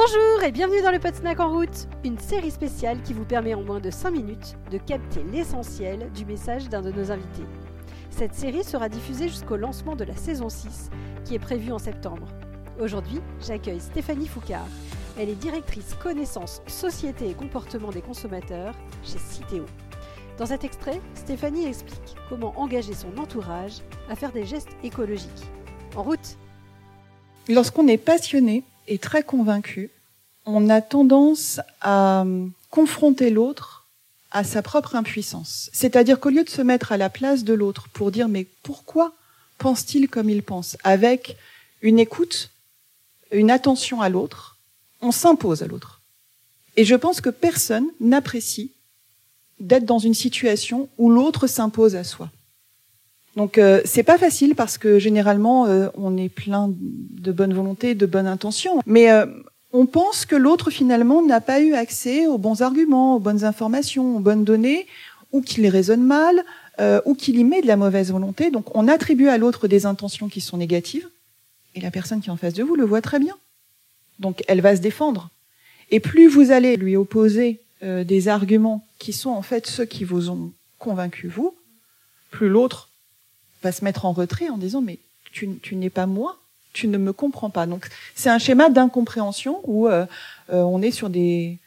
Bonjour et bienvenue dans le Podsnack en route, une série spéciale qui vous permet en moins de 5 minutes de capter l'essentiel du message d'un de nos invités. Cette série sera diffusée jusqu'au lancement de la saison 6 qui est prévue en septembre. Aujourd'hui, j'accueille Stéphanie Foucard. Elle est directrice connaissance, société et comportement des consommateurs chez Citeo. Dans cet extrait, Stéphanie explique comment engager son entourage à faire des gestes écologiques. En route! Lorsqu'on est passionné et très convaincu, on a tendance à confronter l'autre à sa propre impuissance. C'est-à-dire qu'au lieu de se mettre à la place de l'autre pour dire « mais pourquoi pense-t-il comme il pense ?» avec une écoute, une attention à l'autre, on s'impose à l'autre. Et je pense que personne n'apprécie d'être dans une situation où l'autre s'impose à soi. Donc c'est pas facile parce que généralement on est plein de bonne volonté, de bonnes intentions, mais on pense que l'autre finalement n'a pas eu accès aux bons arguments, aux bonnes informations, aux bonnes données, ou qu'il raisonne mal, ou qu'il y met de la mauvaise volonté. Donc on attribue à l'autre des intentions qui sont négatives, et la personne qui est en face de vous le voit très bien. Donc elle va se défendre. Et plus vous allez lui opposer des arguments qui sont en fait ceux qui vous ont convaincu vous, plus l'autre va se mettre en retrait en disant « mais tu n'es pas moi, tu ne me comprends pas ». Donc c'est un schéma d'incompréhension où on est sur du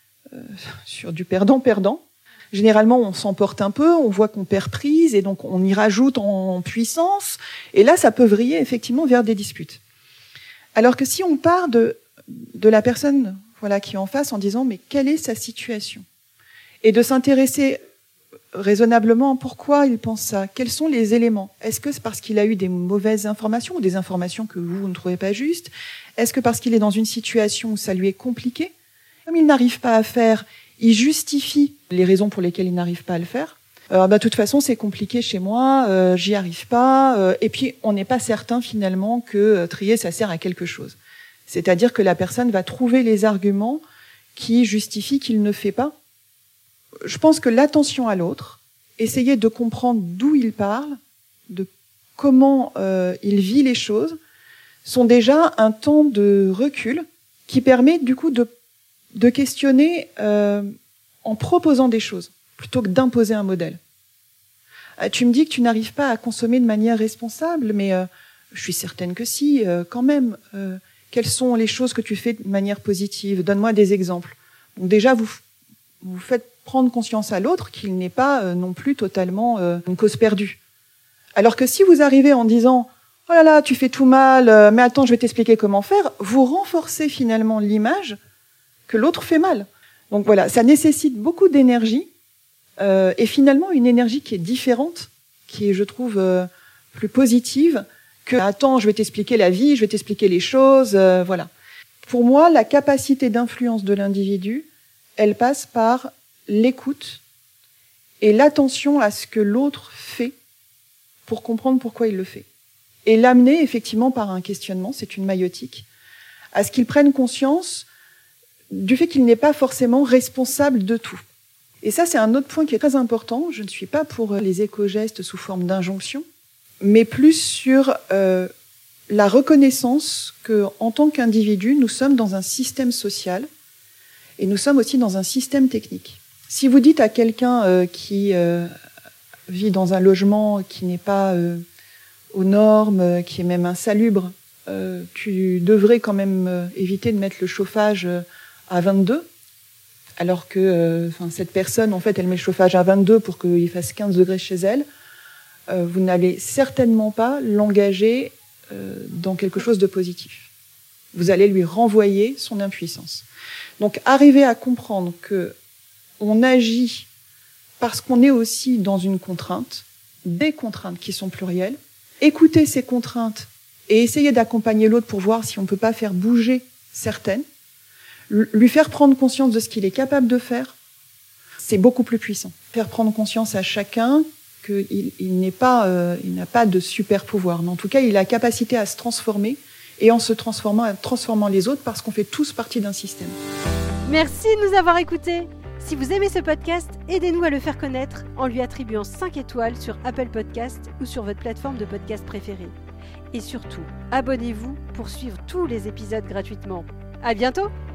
perdant-perdant. Généralement, on s'emporte un peu, on voit qu'on perd prise et donc on y rajoute en puissance. Et là, ça peut vriller effectivement vers des disputes. Alors que si on part de la personne qui est en face en disant « mais quelle est sa situation ?» et de s'intéresser raisonnablement, pourquoi il pense ça? Quels sont les éléments? Est-ce que c'est parce qu'il a eu des mauvaises informations ou des informations que vous ne trouvez pas justes? Est-ce que parce qu'il est dans une situation où ça lui est compliqué? Comme il n'arrive pas à faire, il justifie les raisons pour lesquelles il n'arrive pas à le faire. De toute façon, c'est compliqué chez moi, j'y arrive pas. Et puis, on n'est pas certain finalement que trier, ça sert à quelque chose. C'est-à-dire que la personne va trouver les arguments qui justifient qu'il ne fait pas. Je pense que l'attention à l'autre, essayer de comprendre d'où il parle, de comment il vit les choses, sont déjà un temps de recul qui permet du coup de questionner en proposant des choses, plutôt que d'imposer un modèle. Tu me dis que tu n'arrives pas à consommer de manière responsable, mais je suis certaine que si, quand même. Quelles sont les choses que tu fais de manière positive? Donne-moi des exemples. Donc déjà, vous faites prendre conscience à l'autre qu'il n'est pas non plus totalement une cause perdue. Alors que si vous arrivez en disant « oh là là, tu fais tout mal, mais attends, je vais t'expliquer comment faire », vous renforcez finalement l'image que l'autre fait mal. Donc voilà, ça nécessite beaucoup d'énergie et finalement une énergie qui est différente, qui est, je trouve, plus positive que « attends, je vais t'expliquer la vie, je vais t'expliquer les choses », voilà. Pour moi, la capacité d'influence de l'individu, elle passe par l'écoute et l'attention à ce que l'autre fait pour comprendre pourquoi il le fait. Et l'amener, effectivement, par un questionnement, c'est une maïeutique, à ce qu'il prenne conscience du fait qu'il n'est pas forcément responsable de tout. Et ça, c'est un autre point qui est très important. Je ne suis pas pour les éco-gestes sous forme d'injonction, mais plus sur la reconnaissance qu'en tant qu'individu, nous sommes dans un système social et nous sommes aussi dans un système technique. Si vous dites à quelqu'un qui vit dans un logement qui n'est pas aux normes, qui est même insalubre, tu devrais quand même éviter de mettre le chauffage à 22, alors que cette personne, en fait, elle met le chauffage à 22 pour qu'il fasse 15 degrés chez elle, vous n'allez certainement pas l'engager dans quelque chose de positif. Vous allez lui renvoyer son impuissance. Donc, arriver à comprendre que on agit parce qu'on est aussi dans une contrainte, des contraintes qui sont plurielles, écouter ces contraintes et essayer d'accompagner l'autre pour voir si on ne peut pas faire bouger certaines, lui faire prendre conscience de ce qu'il est capable de faire, c'est beaucoup plus puissant. Faire prendre conscience à chacun qu'il n'a pas de super pouvoir, mais en tout cas, il a la capacité à se transformer et en se transformant les autres parce qu'on fait tous partie d'un système. Merci de nous avoir écoutés. Si vous aimez ce podcast, aidez-nous à le faire connaître en lui attribuant 5 étoiles sur Apple Podcasts ou sur votre plateforme de podcast préférée. Et surtout, abonnez-vous pour suivre tous les épisodes gratuitement. À bientôt!